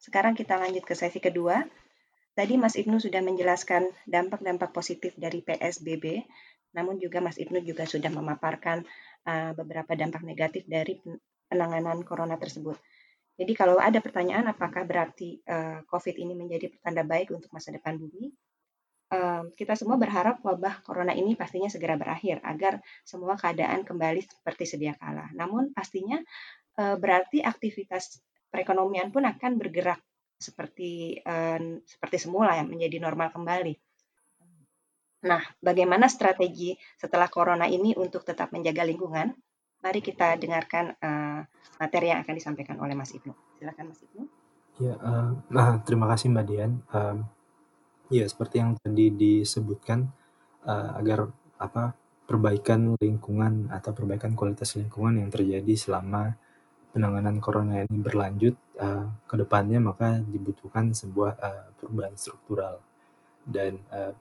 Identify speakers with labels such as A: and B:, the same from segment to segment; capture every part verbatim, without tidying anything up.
A: Sekarang kita lanjut ke sesi kedua. Tadi Mas Ibnu sudah menjelaskan dampak-dampak positif dari P S B B, namun juga Mas Ibnu juga sudah memaparkan uh, beberapa dampak negatif dari penanganan corona tersebut. Jadi kalau ada pertanyaan apakah berarti uh, COVID ini menjadi pertanda baik untuk masa depan bumi, uh, kita semua berharap wabah corona ini pastinya segera berakhir agar semua keadaan kembali seperti sedia kala. Namun pastinya uh, berarti aktivitas perekonomian pun akan bergerak seperti uh, seperti semula ya, menjadi normal kembali. Nah, bagaimana strategi setelah corona ini untuk tetap menjaga lingkungan? Mari kita dengarkan uh, materi yang akan disampaikan oleh Mas Ibnu. Silakan Mas Ibnu.
B: Ya, uh, nah terima kasih Mbak Dian. Um, ya seperti yang tadi disebutkan, uh, agar apa perbaikan lingkungan atau perbaikan kualitas lingkungan yang terjadi selama penanganan corona ini berlanjut uh, ke depannya, maka dibutuhkan sebuah uh, perubahan struktural. Dan uh,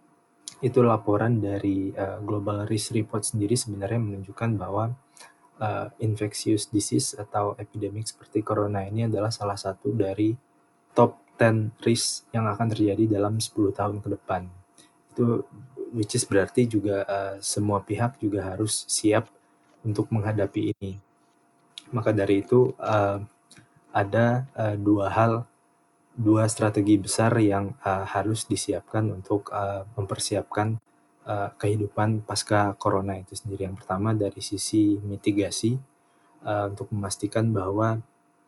B: itu laporan dari uh, Global Risk Report sendiri sebenarnya menunjukkan bahwa uh, infectious disease atau epidemik seperti corona ini adalah salah satu dari top sepuluh risk yang akan terjadi dalam sepuluh tahun ke depan. Itu which is berarti juga uh, semua pihak juga harus siap untuk menghadapi ini. Maka dari itu uh, ada uh, dua hal, dua strategi besar yang uh, harus disiapkan untuk uh, mempersiapkan uh, kehidupan pasca corona itu sendiri. Yang pertama dari sisi mitigasi, uh, untuk memastikan bahwa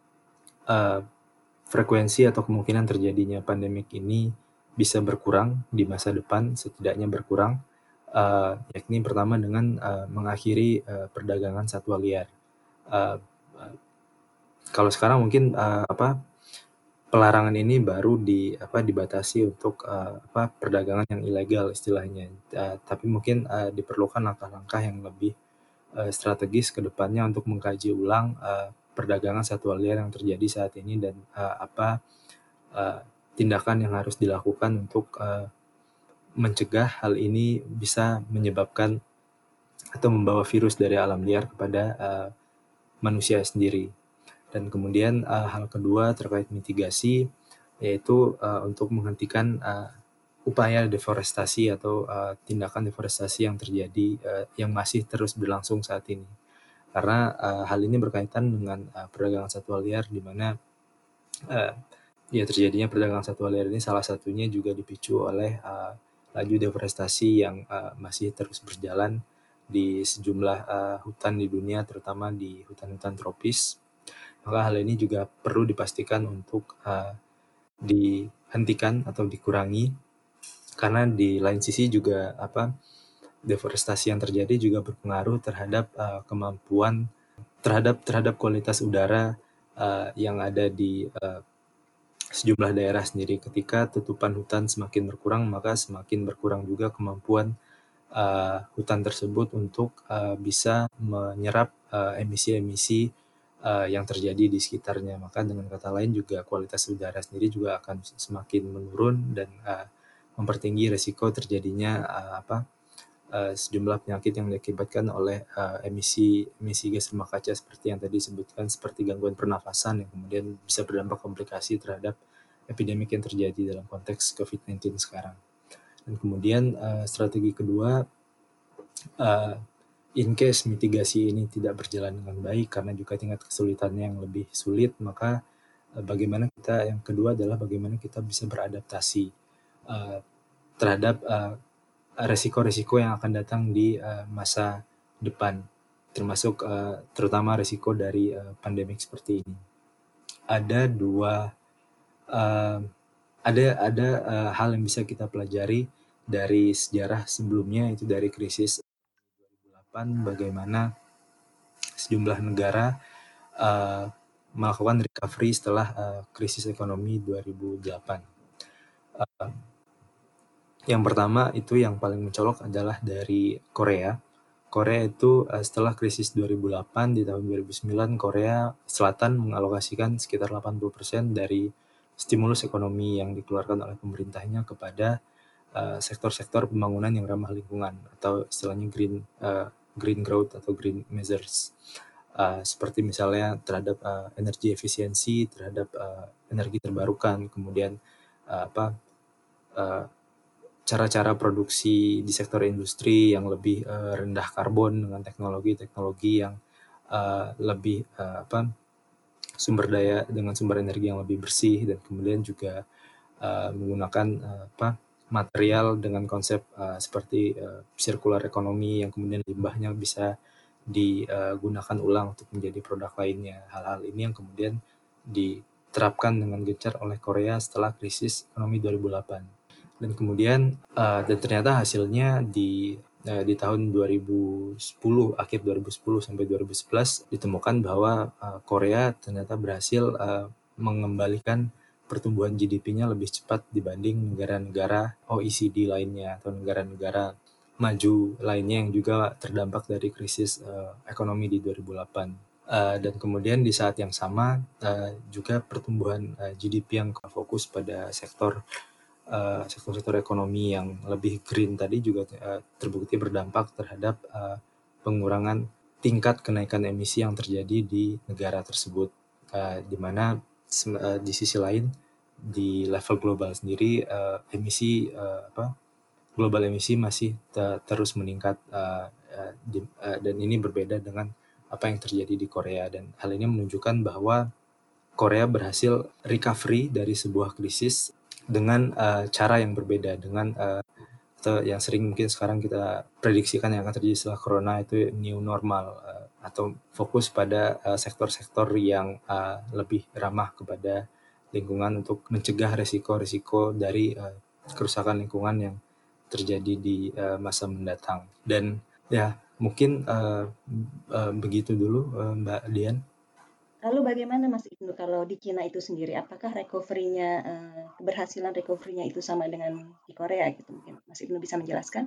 B: uh, frekuensi atau kemungkinan terjadinya pandemik ini bisa berkurang di masa depan, setidaknya berkurang, uh, yakni pertama dengan uh, mengakhiri uh, perdagangan satwa liar. Uh, uh, kalau sekarang mungkin uh, apa pelarangan ini baru di apa dibatasi untuk uh, apa perdagangan yang ilegal istilahnya, uh, tapi mungkin uh, diperlukan langkah-langkah yang lebih uh, strategis ke depannya untuk mengkaji ulang uh, perdagangan satwa liar yang terjadi saat ini dan uh, apa uh, tindakan yang harus dilakukan untuk uh, mencegah hal ini bisa menyebabkan atau membawa virus dari alam liar kepada uh, manusia sendiri. Dan kemudian uh, hal kedua terkait mitigasi, yaitu uh, untuk menghentikan uh, upaya deforestasi atau uh, tindakan deforestasi yang terjadi, uh, yang masih terus berlangsung saat ini. Karena uh, hal ini berkaitan dengan uh, perdagangan satwa liar, di mana uh, ya terjadinya perdagangan satwa liar ini salah satunya juga dipicu oleh uh, laju deforestasi yang uh, masih terus berjalan di sejumlah uh, hutan di dunia, terutama di hutan-hutan tropis. Maka hal ini juga perlu dipastikan untuk uh, dihentikan atau dikurangi, karena di lain sisi juga apa deforestasi yang terjadi juga berpengaruh terhadap uh, kemampuan terhadap terhadap kualitas udara uh, yang ada di uh, sejumlah daerah sendiri. Ketika tutupan hutan semakin berkurang, maka semakin berkurang juga kemampuan uh, hutan tersebut untuk uh, bisa menyerap uh, emisi-emisi uh, yang terjadi di sekitarnya. Maka dengan kata lain juga kualitas udara sendiri juga akan semakin menurun dan uh, mempertinggi risiko terjadinya uh, apa uh, sejumlah penyakit yang diakibatkan oleh uh, emisi emisi gas rumah kaca seperti yang tadi disebutkan, seperti gangguan pernafasan yang kemudian bisa berdampak komplikasi terhadap epidemik yang terjadi dalam konteks covid sembilan belas sekarang. Dan kemudian uh, strategi kedua, uh, in case mitigasi ini tidak berjalan dengan baik karena juga tingkat kesulitannya yang lebih sulit, maka uh, bagaimana kita yang kedua adalah bagaimana kita bisa beradaptasi uh, terhadap uh, resiko-resiko yang akan datang di uh, masa depan, termasuk uh, terutama resiko dari uh, pandemik seperti ini. Ada dua uh, ada ada uh, hal yang bisa kita pelajari dari sejarah sebelumnya, itu dari krisis dua ribu delapan, bagaimana sejumlah negara uh, melakukan recovery setelah uh, krisis ekonomi dua ribu delapan. Uh, yang pertama itu yang paling mencolok adalah dari Korea. Korea itu uh, setelah krisis dua ribu delapan, di tahun dua ribu sembilan Korea Selatan mengalokasikan sekitar delapan puluh persen dari stimulus ekonomi yang dikeluarkan oleh pemerintahnya kepada uh, sektor-sektor pembangunan yang ramah lingkungan atau istilahnya green uh, green growth atau green measures. uh, seperti misalnya terhadap uh, energi efisiensi, terhadap uh, energi terbarukan, kemudian uh, apa uh, cara-cara produksi di sektor industri yang lebih uh, rendah karbon dengan teknologi-teknologi yang uh, lebih uh, apa sumber daya dengan sumber energi yang lebih bersih, dan kemudian juga uh, menggunakan uh, apa material dengan konsep uh, seperti uh, circular economy yang kemudian limbahnya bisa digunakan ulang untuk menjadi produk lainnya. Hal-hal ini yang kemudian diterapkan dengan gencar oleh Korea setelah krisis ekonomi dua ribu delapan. Dan kemudian uh, dan ternyata hasilnya di uh, di tahun dua ribu sepuluh, akhir dua ribu sepuluh sampai dua ribu sebelas ditemukan bahwa uh, Korea ternyata berhasil uh, mengembalikan pertumbuhan G D P-nya lebih cepat dibanding negara-negara O E C D lainnya atau negara-negara maju lainnya yang juga terdampak dari krisis uh, ekonomi di dua ribu delapan. Uh, dan kemudian di saat yang sama uh, juga pertumbuhan uh, G D P yang fokus pada sektor uh, sektor-sektor ekonomi yang lebih green tadi juga uh, terbukti berdampak terhadap uh, pengurangan tingkat kenaikan emisi yang terjadi di negara tersebut, uh, di mana uh, di sisi lain di level global sendiri uh, emisi uh, apa global emisi masih te- terus meningkat, uh, uh, di, uh, dan ini berbeda dengan apa yang terjadi di Korea, dan hal ini menunjukkan bahwa Korea berhasil recovery dari sebuah krisis dengan uh, cara yang berbeda, dengan uh, atau yang sering mungkin sekarang kita prediksikan yang akan terjadi setelah corona itu new normal, uh, atau fokus pada uh, sektor-sektor yang uh, lebih ramah kepada lingkungan untuk mencegah risiko-risiko dari uh, kerusakan lingkungan yang terjadi di uh, masa mendatang. Dan ya mungkin uh, uh, begitu dulu, uh, Mbak Dian.
A: Lalu bagaimana Mas Ibnu kalau di Cina itu sendiri? Apakah recovery-nya, eh, keberhasilan recovery-nya itu sama dengan di Korea gitu mungkin? Mas Ibnu bisa menjelaskan?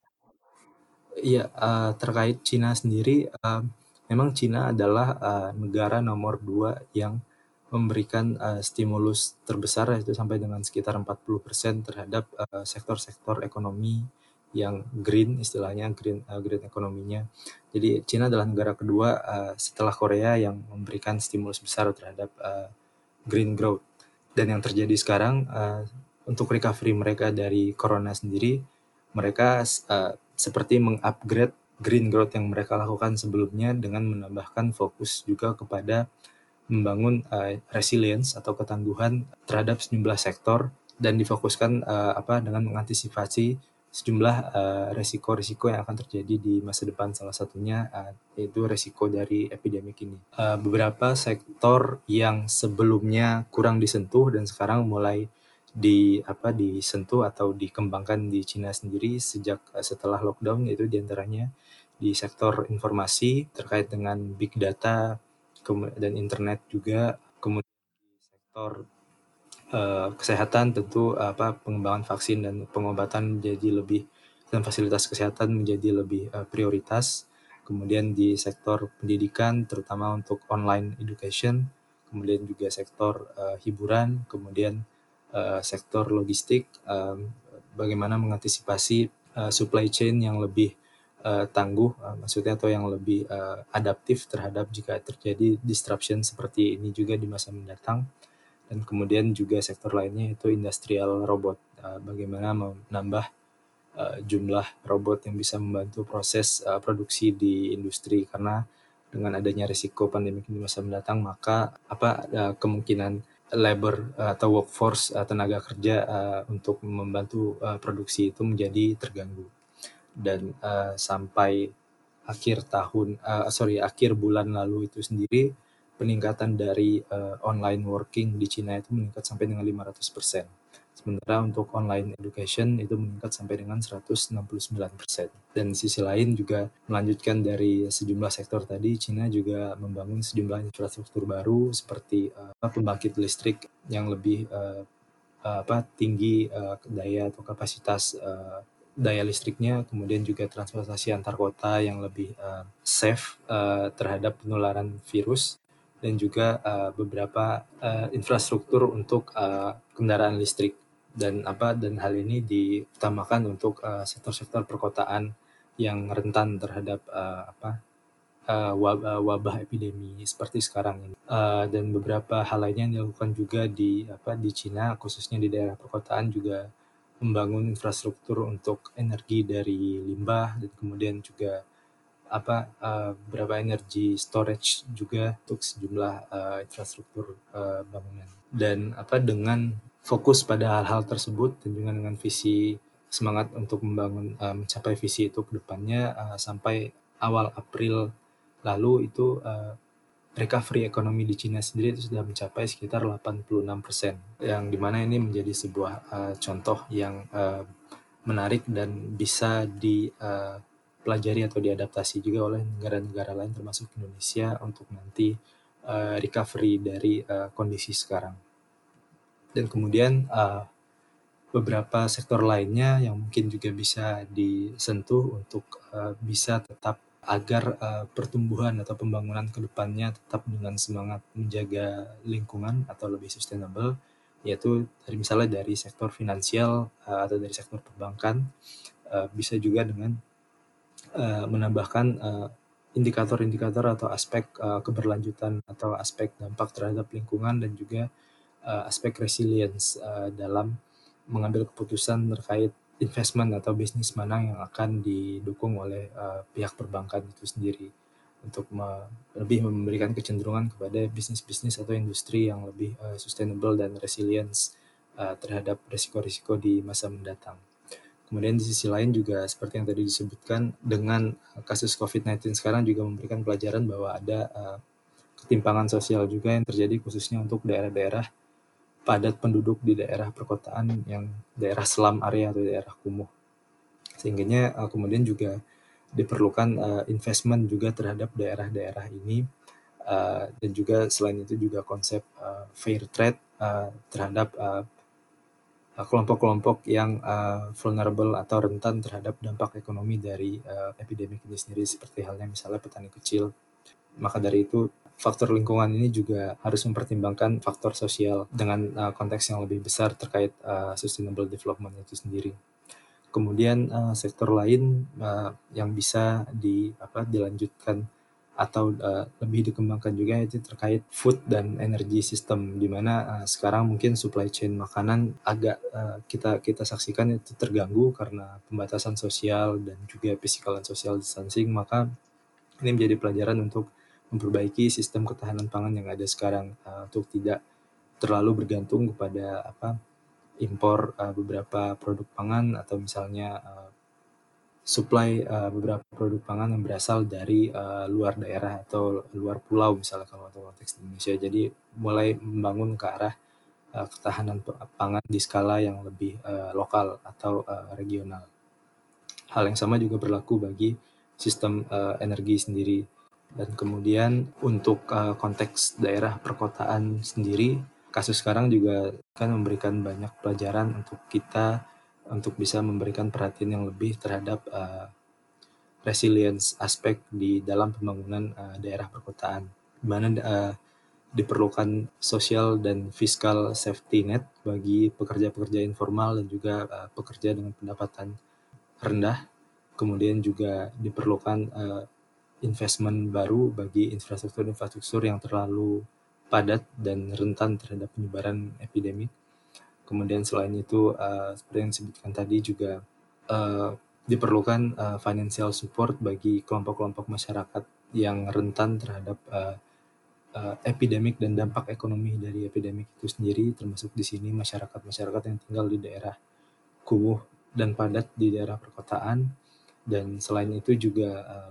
B: Iya, uh, terkait Cina sendiri, uh, memang Cina adalah uh, negara nomor dua yang memberikan uh, stimulus terbesar, yaitu sampai dengan sekitar empat puluh persen terhadap uh, sektor-sektor ekonomi yang green, istilahnya green uh, green ekonominya. Jadi Cina adalah negara kedua uh, setelah Korea yang memberikan stimulus besar terhadap uh, green growth. Dan yang terjadi sekarang, uh, untuk recovery mereka dari corona sendiri, mereka uh, seperti mengupgrade green growth yang mereka lakukan sebelumnya dengan menambahkan fokus juga kepada membangun uh, resilience atau ketangguhan terhadap sejumlah sektor, dan difokuskan uh, apa dengan mengantisipasi sejumlah uh, resiko-resiko yang akan terjadi di masa depan. Salah satunya uh, yaitu resiko dari epidemik ini. Uh, beberapa sektor yang sebelumnya kurang disentuh dan sekarang mulai di apa disentuh atau dikembangkan di Cina sendiri sejak uh, setelah lockdown, yaitu diantaranya di sektor informasi terkait dengan big data dan internet juga, kemudian di sektor uh, kesehatan tentu apa pengembangan vaksin dan pengobatan menjadi lebih, dan fasilitas kesehatan menjadi lebih uh, prioritas. Kemudian di sektor pendidikan terutama untuk online education, kemudian juga sektor uh, hiburan, kemudian uh, sektor logistik, um, bagaimana mengantisipasi uh, supply chain yang lebih uh, tangguh, uh, maksudnya atau yang lebih uh, adaptif terhadap jika terjadi disruption seperti ini juga di masa mendatang. Dan kemudian juga sektor lainnya itu industrial robot, uh, bagaimana menambah uh, jumlah robot yang bisa membantu proses uh, produksi di industri, karena dengan adanya risiko pandemi di masa mendatang maka apa uh, kemungkinan labor uh, atau workforce uh, tenaga kerja uh, untuk membantu uh, produksi itu menjadi terganggu. Dan uh, sampai akhir tahun, uh, sorry akhir bulan lalu itu sendiri, peningkatan dari uh, online working di Cina itu meningkat sampai dengan lima ratus persen. Sementara untuk online education itu meningkat sampai dengan seratus enam puluh sembilan persen. Dan di sisi lain juga melanjutkan dari sejumlah sektor tadi, Cina juga membangun sejumlah infrastruktur baru seperti uh, pembangkit listrik yang lebih uh, apa tinggi uh, daya atau kapasitas uh, daya listriknya, kemudian juga transportasi antar kota yang lebih uh, safe uh, terhadap penularan virus, dan juga uh, beberapa uh, infrastruktur untuk uh, kendaraan listrik, dan apa dan hal ini diutamakan untuk uh, sektor-sektor perkotaan yang rentan terhadap uh, apa uh, wabah, wabah epidemi seperti sekarang ini. Uh, dan beberapa hal lainnya yang dilakukan juga di apa di Cina, khususnya di daerah perkotaan, juga membangun infrastruktur untuk energi dari limbah, dan kemudian juga apa uh, beberapa energi storage juga untuk sejumlah uh, infrastruktur uh, bangunan. Dan apa dengan fokus pada hal-hal tersebut dan juga dengan visi semangat untuk membangun uh, mencapai visi itu ke depannya, uh, sampai awal April lalu itu uh, recovery ekonomi di Cina sendiri itu sudah mencapai sekitar delapan puluh enam persen, yang dimana ini menjadi sebuah uh, contoh yang uh, menarik dan bisa dipelajari uh, atau diadaptasi juga oleh negara-negara lain termasuk Indonesia untuk nanti uh, recovery dari uh, kondisi sekarang. Dan kemudian uh, beberapa sektor lainnya yang mungkin juga bisa disentuh untuk uh, bisa tetap agar uh, pertumbuhan atau pembangunan ke depannya tetap dengan semangat menjaga lingkungan atau lebih sustainable, yaitu dari misalnya dari sektor finansial uh, atau dari sektor perbankan, uh, bisa juga dengan uh, menambahkan uh, indikator-indikator atau aspek uh, keberlanjutan atau aspek dampak terhadap lingkungan dan juga uh, aspek resilience uh, dalam mengambil keputusan terkait investment atau bisnis mana yang akan didukung oleh uh, pihak perbankan itu sendiri, untuk me- lebih memberikan kecenderungan kepada bisnis-bisnis atau industri yang lebih uh, sustainable dan resilience uh, terhadap risiko-risiko di masa mendatang. Kemudian di sisi lain juga seperti yang tadi disebutkan, dengan kasus covid sembilan belas sekarang juga memberikan pelajaran bahwa ada uh, ketimpangan sosial juga yang terjadi khususnya untuk daerah-daerah padat penduduk di daerah perkotaan, yang daerah slum area atau daerah kumuh. Sehingga uh, kemudian juga diperlukan uh, investment juga terhadap daerah-daerah ini, uh, dan juga selain itu juga konsep uh, fair trade uh, terhadap uh, kelompok-kelompok yang uh, vulnerable atau rentan terhadap dampak ekonomi dari uh, epidemi ini sendiri, seperti halnya misalnya petani kecil. Maka dari itu faktor lingkungan ini juga harus mempertimbangkan faktor sosial dengan uh, konteks yang lebih besar terkait uh, sustainable development itu sendiri. Kemudian uh, sektor lain uh, yang bisa di apa dilanjutkan atau uh, lebih dikembangkan juga itu terkait food dan energy system, di mana uh, sekarang mungkin supply chain makanan agak uh, kita kita saksikan itu terganggu karena pembatasan sosial dan juga physical and social distancing. Maka ini menjadi pelajaran untuk memperbaiki sistem ketahanan pangan yang ada sekarang, uh, untuk tidak terlalu bergantung kepada apa impor uh, beberapa produk pangan, atau misalnya uh, supply uh, beberapa produk pangan yang berasal dari uh, luar daerah atau luar pulau misalnya kalau untuk konteks Indonesia. Jadi mulai membangun ke arah uh, ketahanan pangan di skala yang lebih uh, lokal atau uh, regional. Hal yang sama juga berlaku bagi sistem uh, energi sendiri. Dan kemudian untuk uh, konteks daerah perkotaan sendiri, kasus sekarang juga kan memberikan banyak pelajaran untuk kita untuk bisa memberikan perhatian yang lebih terhadap uh, resilience aspek di dalam pembangunan uh, daerah perkotaan, di mana uh, diperlukan sosial dan fiskal safety net bagi pekerja-pekerja informal dan juga uh, pekerja dengan pendapatan rendah. Kemudian juga diperlukan uh, investment baru bagi infrastruktur-infrastruktur yang terlalu padat dan rentan terhadap penyebaran epidemi. Kemudian selain itu, uh, seperti yang disebutkan tadi juga uh, diperlukan uh, financial support bagi kelompok-kelompok masyarakat yang rentan terhadap uh, uh, epidemik dan dampak ekonomi dari epidemik itu sendiri, termasuk di sini masyarakat-masyarakat yang tinggal di daerah kumuh dan padat di daerah perkotaan. Dan selain itu juga uh,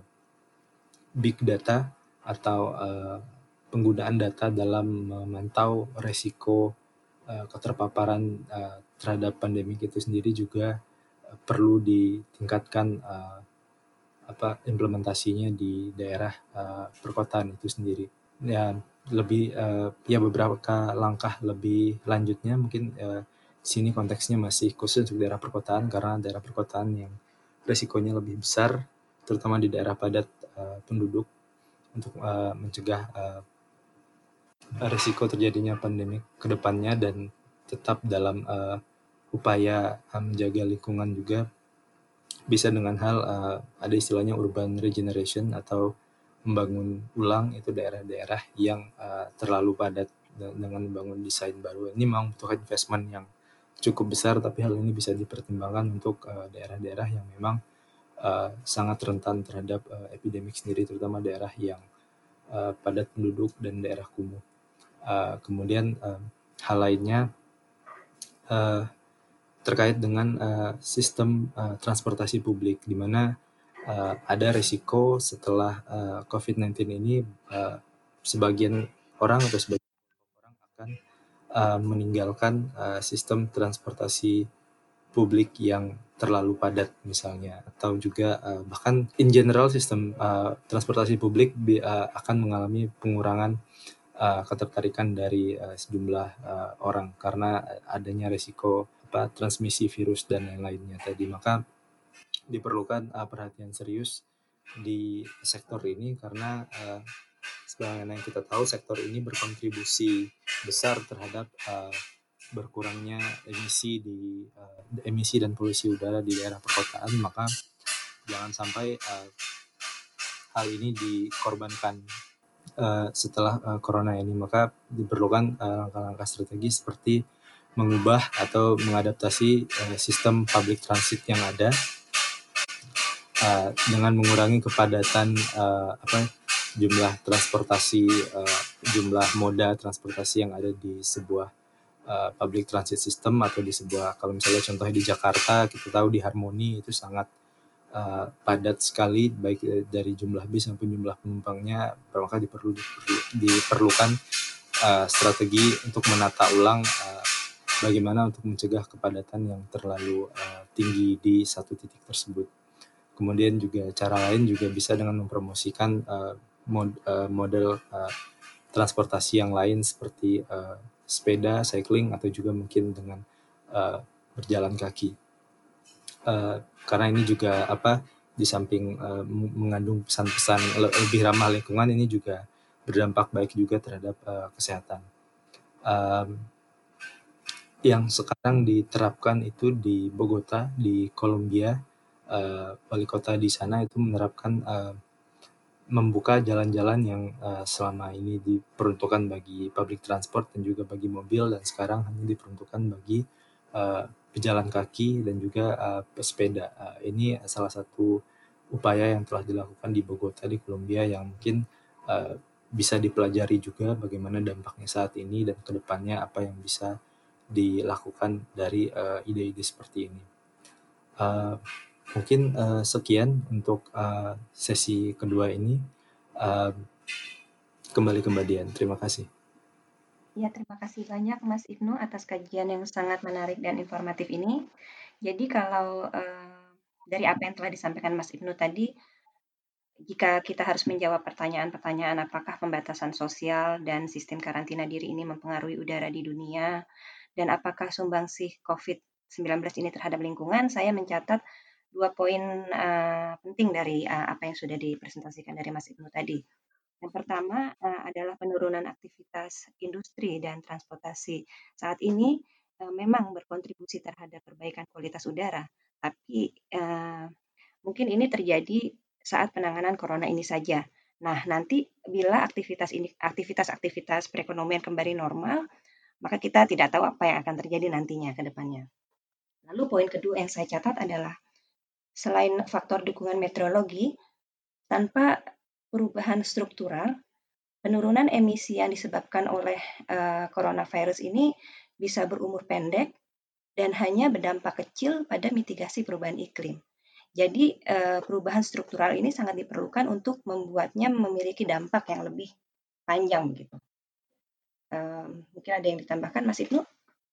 B: big data atau uh, penggunaan data dalam memantau resiko uh, keterpaparan uh, terhadap pandemi itu sendiri juga uh, perlu ditingkatkan uh, apa implementasinya di daerah uh, perkotaan itu sendiri. Ya lebih uh, ya beberapa langkah lebih lanjutnya mungkin uh, di sini konteksnya masih khusus untuk daerah perkotaan, karena daerah perkotaan yang resikonya lebih besar, terutama di daerah padat uh, penduduk, untuk uh, mencegah uh, risiko terjadinya pandemi ke depannya, dan tetap dalam uh, upaya uh, menjaga lingkungan juga bisa dengan hal uh, ada istilahnya urban regeneration atau membangun ulang itu daerah-daerah yang uh, terlalu padat dengan membangun desain baru. Ini memang butuh investment yang cukup besar, tapi hal ini bisa dipertimbangkan untuk uh, daerah-daerah yang memang uh, sangat rentan terhadap uh, epidemik sendiri, terutama daerah yang uh, padat penduduk dan daerah kumuh. Uh, kemudian uh, hal lainnya uh, terkait dengan uh, sistem uh, transportasi publik, di mana uh, ada risiko setelah uh, covid sembilan belas ini uh, sebagian orang atau sebagian orang akan uh, meninggalkan uh, sistem transportasi publik yang terlalu padat misalnya, atau juga uh, bahkan in general sistem uh, transportasi publik bi- uh, akan mengalami pengurangan uh, ketertarikan dari uh, sejumlah uh, orang karena adanya risiko apa, transmisi virus dan lain-lainnya tadi. Maka diperlukan uh, perhatian serius di sektor ini karena uh, sebagaimana yang kita tahu sektor ini berkontribusi besar terhadap uh, berkurangnya emisi di uh, emisi dan polusi udara di daerah perkotaan. Maka jangan sampai uh, hal ini dikorbankan uh, setelah uh, corona ini. Maka diperlukan uh, langkah-langkah strategis seperti mengubah atau mengadaptasi uh, sistem public transit yang ada uh, dengan mengurangi kepadatan uh, apa jumlah transportasi uh, jumlah moda transportasi yang ada di sebuah uh, public transit system atau di sebuah, kalau misalnya contohnya di Jakarta, kita tahu di Harmoni itu sangat uh, padat sekali baik dari jumlah bis maupun jumlah penumpangnya. Maka diperlu, diperlu, diperlukan uh, strategi untuk menata ulang uh, bagaimana untuk mencegah kepadatan yang terlalu uh, tinggi di satu titik tersebut. Kemudian juga cara lain juga bisa dengan mempromosikan uh, mod, uh, model uh, transportasi yang lain seperti uh, sepeda, cycling, atau juga mungkin dengan uh, berjalan kaki. Uh, karena ini juga apa di samping uh, mengandung pesan-pesan lebih ramah lingkungan, ini juga berdampak baik juga terhadap uh, kesehatan. Um, yang sekarang diterapkan itu di Bogota, di Kolombia, uh, wali kota di sana itu menerapkan uh, membuka jalan-jalan yang uh, selama ini diperuntukkan bagi public transport dan juga bagi mobil, dan sekarang hanya diperuntukkan bagi uh, pejalan kaki dan juga uh, pesepeda. Uh, ini salah satu upaya yang telah dilakukan di Bogota di Kolombia yang mungkin uh, bisa dipelajari juga bagaimana dampaknya saat ini dan kedepannya apa yang bisa dilakukan dari uh, ide-ide seperti ini. Uh, mungkin uh, sekian untuk uh, sesi kedua ini. Uh, kembali ke Mbak Dian. Terima kasih.
A: Ya, terima kasih banyak Mas Ibnu atas kajian yang sangat menarik dan informatif ini. Jadi kalau uh, dari apa yang telah disampaikan Mas Ibnu tadi, jika kita harus menjawab pertanyaan-pertanyaan apakah pembatasan sosial dan sistem karantina diri ini mempengaruhi udara di dunia, dan apakah sumbangsih covid sembilan belas ini terhadap lingkungan, saya mencatat dua poin uh, penting dari uh, apa yang sudah dipresentasikan dari Mas Ibnu tadi. Yang pertama uh, adalah penurunan aktivitas industri dan transportasi. Saat ini uh, memang berkontribusi terhadap perbaikan kualitas udara, tapi uh, mungkin ini terjadi saat penanganan corona ini saja. Nah, nanti bila aktivitas ini aktivitas-aktivitas perekonomian kembali normal, maka kita tidak tahu apa yang akan terjadi nantinya ke depannya. Lalu poin kedua yang saya catat adalah selain faktor dukungan meteorologi, tanpa perubahan struktural, penurunan emisi yang disebabkan oleh uh, coronavirus ini bisa berumur pendek dan hanya berdampak kecil pada mitigasi perubahan iklim. Jadi uh, perubahan struktural ini sangat diperlukan untuk membuatnya memiliki dampak yang lebih panjang begitu. Uh, mungkin ada yang ditambahkan, Mas Ibnu?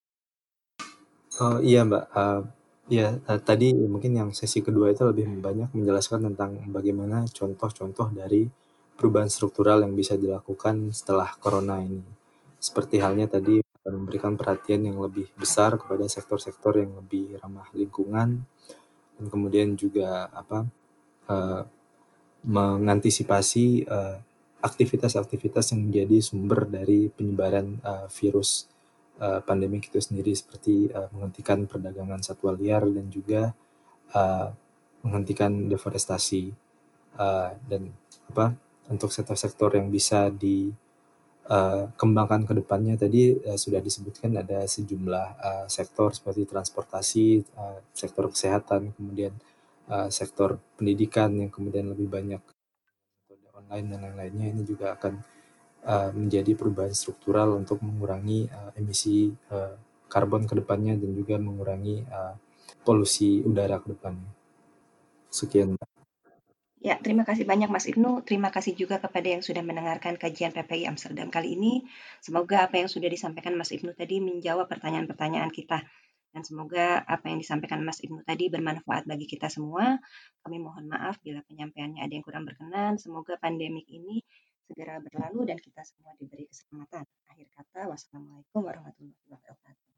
B: Oh iya Mbak, uh, ya uh, tadi mungkin yang sesi kedua itu lebih banyak menjelaskan tentang bagaimana contoh-contoh dari perubahan struktural yang bisa dilakukan setelah corona ini. Seperti halnya tadi memberikan perhatian yang lebih besar kepada sektor-sektor yang lebih ramah lingkungan, dan kemudian juga apa uh, mengantisipasi uh, aktivitas-aktivitas yang menjadi sumber dari penyebaran uh, virus uh, pandemik itu sendiri, seperti uh, menghentikan perdagangan satwa liar dan juga uh, menghentikan deforestasi uh, dan apa untuk sektor-sektor yang bisa di uh, kembangkan ke depannya tadi uh, sudah disebutkan ada sejumlah uh, sektor seperti transportasi, uh, sektor kesehatan, kemudian uh, sektor pendidikan yang kemudian lebih banyak metode online dan lain-lainnya. Ini juga akan uh, menjadi perubahan struktural untuk mengurangi uh, emisi uh, karbon ke depannya dan juga mengurangi uh, polusi udara ke depannya. Sekian.
A: Ya, terima kasih banyak Mas Ibnu. Terima kasih juga kepada yang sudah mendengarkan kajian P P I Amsterdam kali ini. Semoga apa yang sudah disampaikan Mas Ibnu tadi menjawab pertanyaan-pertanyaan kita. Dan semoga apa yang disampaikan Mas Ibnu tadi bermanfaat bagi kita semua. Kami mohon maaf bila penyampaiannya ada yang kurang berkenan. Semoga pandemik ini segera berlalu dan kita semua diberi keselamatan. Akhir kata, wassalamualaikum warahmatullahi wabarakatuh.